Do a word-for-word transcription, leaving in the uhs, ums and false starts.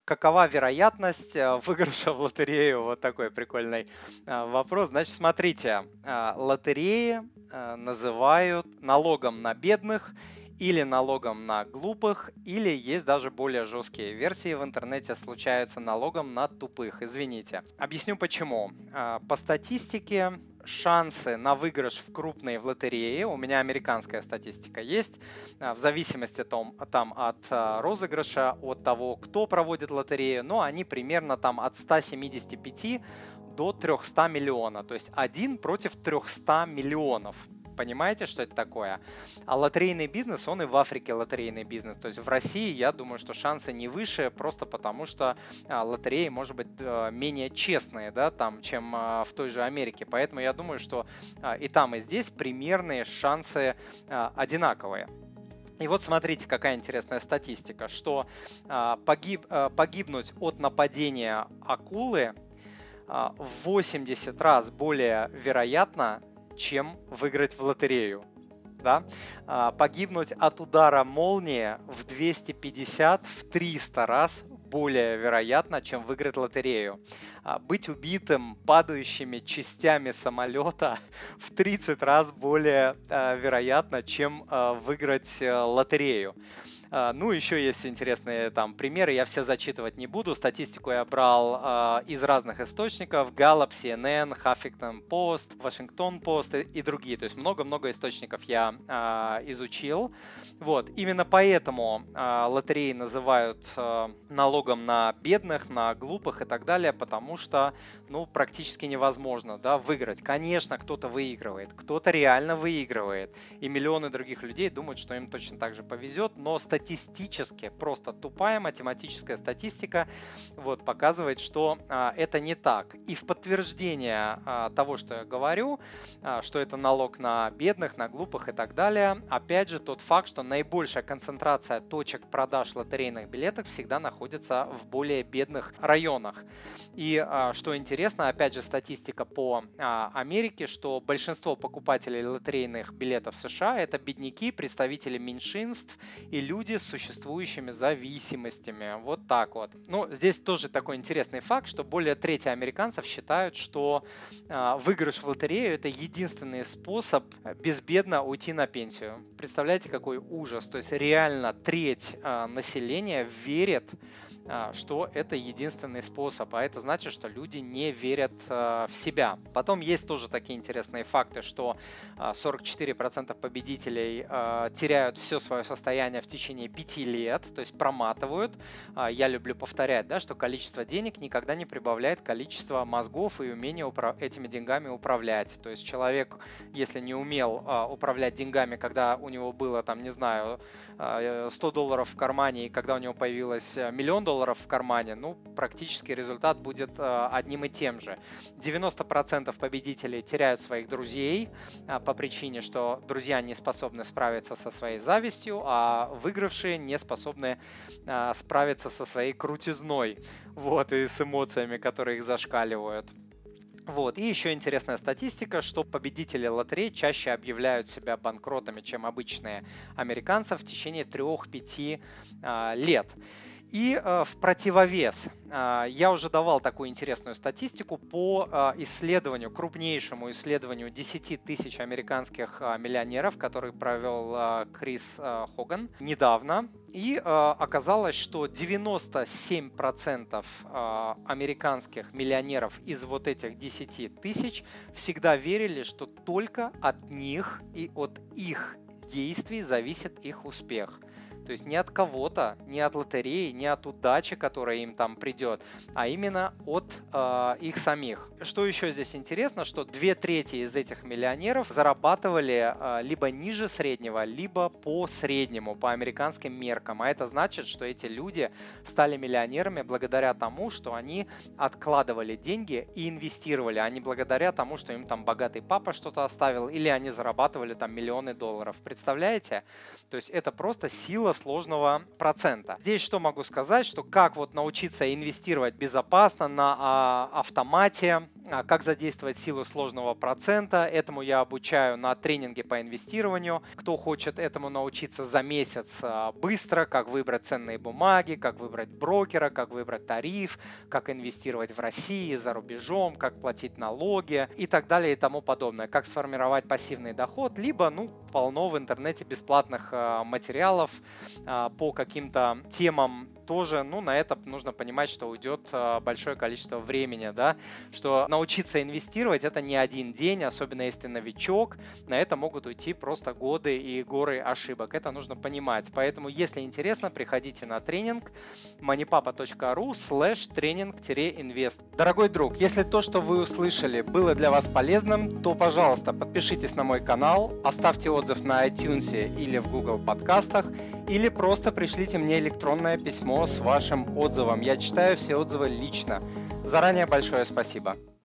какова вероятность э, выигрыша в лотерею? Вот такой прикольный а, вопрос. Значит, смотрите, а, лотереи а, называют налогом на бедных или налогом на глупых, или есть даже более жесткие версии в интернете, случаются налогом на тупых. Извините. Объясню почему. А, По статистике шансы на выигрыш в крупные в лотереи, у меня американская статистика есть, а, в зависимости том, там, от а, розыгрыша, от того, кто проводит лотерею, но они примерно там от ста семидесяти пяти до трехсот миллиона, то есть один против трехсот миллионов. Понимаете, что это такое? А лотерейный бизнес, он и в Африке лотерейный бизнес. То есть в России, я думаю, что шансы не выше, просто потому что а, лотереи, может быть, а, менее честные, да, там, чем а, в той же Америке. Поэтому я думаю, что а, и там, и здесь примерные шансы а, одинаковые. И вот смотрите, какая интересная статистика, что а, погиб, а, погибнуть от нападения акулы а, в восемьдесят раз более вероятно, чем выиграть в лотерею. Да? А, погибнуть от удара молнии в двести пятьдесят, в триста раз более вероятно, чем выиграть лотерею. А, быть убитым падающими частями самолета в тридцать раз более а, вероятно, чем а, выиграть а, лотерею. А, Ну, еще есть интересные там примеры, я все зачитывать не буду. Статистику я брал а, из разных источников: Gallup, си эн эн, Huffington Post, Washington Post и, и другие. То есть много-много источников я а, изучил. Вот. Именно поэтому а, лотереи называют а, налогом на бедных, на глупых и так далее, потому что, ну, практически невозможно, да, выиграть. Конечно, кто-то выигрывает, кто-то реально выигрывает, и миллионы других людей думают, что им точно так же повезет, но статистически, просто тупая математическая статистика вот, показывает, что а, это не так. И в подтверждение а, того, что я говорю, а, что это налог на бедных, на глупых и так далее, опять же тот факт, что наибольшая концентрация точек продаж лотерейных билетов всегда находится в более бедных районах. И а, что интересно, опять же статистика по а, Америке, что большинство покупателей лотерейных билетов в США это бедняки, представители меньшинств и люди с существующими зависимостями. Вот так вот. Ну, здесь тоже такой интересный факт, что более трети американцев считают, что э, выигрыш в лотерею это единственный способ безбедно уйти на пенсию. Представляете, какой ужас. То есть реально треть э, населения верит, э, что это единственный способ. А это значит, что люди не верят э, в себя. Потом есть тоже такие интересные факты, что э, сорок четыре процента победителей э, теряют все свое состояние в течение пяти лет, то есть проматывают. Я люблю повторять, да, что количество денег никогда не прибавляет количество мозгов и умения упра- этими деньгами управлять. То есть человек, если не умел а, управлять деньгами, когда у него было, там, не знаю, сто долларов в кармане, и когда у него появилось миллион долларов в кармане, ну, практически результат будет а, одним и тем же. девяносто процентов победителей теряют своих друзей а, по причине, что друзья не способны справиться со своей завистью, а выигравшие не способны а, справиться со своей крутизной, вот, и с эмоциями, которые их зашкаливают. Вот. И еще интересная статистика, что победители лотерей чаще объявляют себя банкротами, чем обычные американцы в течение трёх-пяти а, лет. И э, в противовес э, я уже давал такую интересную статистику по э, исследованию, крупнейшему исследованию десяти тысяч американских э, миллионеров, который провел э, Крис э, Хоган недавно. И э, оказалось, что девяносто семь процентов э, американских миллионеров из вот этих десяти тысяч всегда верили, что только от них и от их действий зависит их успех. То есть не от кого-то, не от лотереи, не от удачи, которая им там придет, а именно от э, их самих. Что еще здесь интересно, что две трети из этих миллионеров зарабатывали э, либо ниже среднего, либо по среднему, по американским меркам. А это значит, что эти люди стали миллионерами благодаря тому, что они откладывали деньги и инвестировали, а не благодаря тому, что им там богатый папа что-то оставил, или они зарабатывали там миллионы долларов. Представляете? То есть это просто сила сложного процента. Здесь что могу сказать, что как вот научиться инвестировать безопасно на а, автомате, а, как задействовать силу сложного процента, этому я обучаю на тренинге по инвестированию. Кто хочет этому научиться за месяц а, быстро, как выбрать ценные бумаги, как выбрать брокера, как выбрать тариф, как инвестировать в России, за рубежом, как платить налоги и так далее и тому подобное, как сформировать пассивный доход, либо, ну, полно в интернете бесплатных а, материалов а, по каким-то темам тоже, ну, на это нужно понимать, что уйдет а, большое количество времени, да, что научиться инвестировать это не один день, особенно если новичок, на это могут уйти просто годы и горы ошибок, это нужно понимать, поэтому, если интересно, приходите на тренинг moneypapa точка ру слэш тренинг-инвест. Дорогой друг, если то, что вы услышали, было для вас полезным, то, пожалуйста, подпишитесь на мой канал, оставьте отзыв на iTunes или в Google подкастах, или просто пришлите мне электронное письмо с вашим отзывом. Я читаю все отзывы лично. Заранее большое спасибо.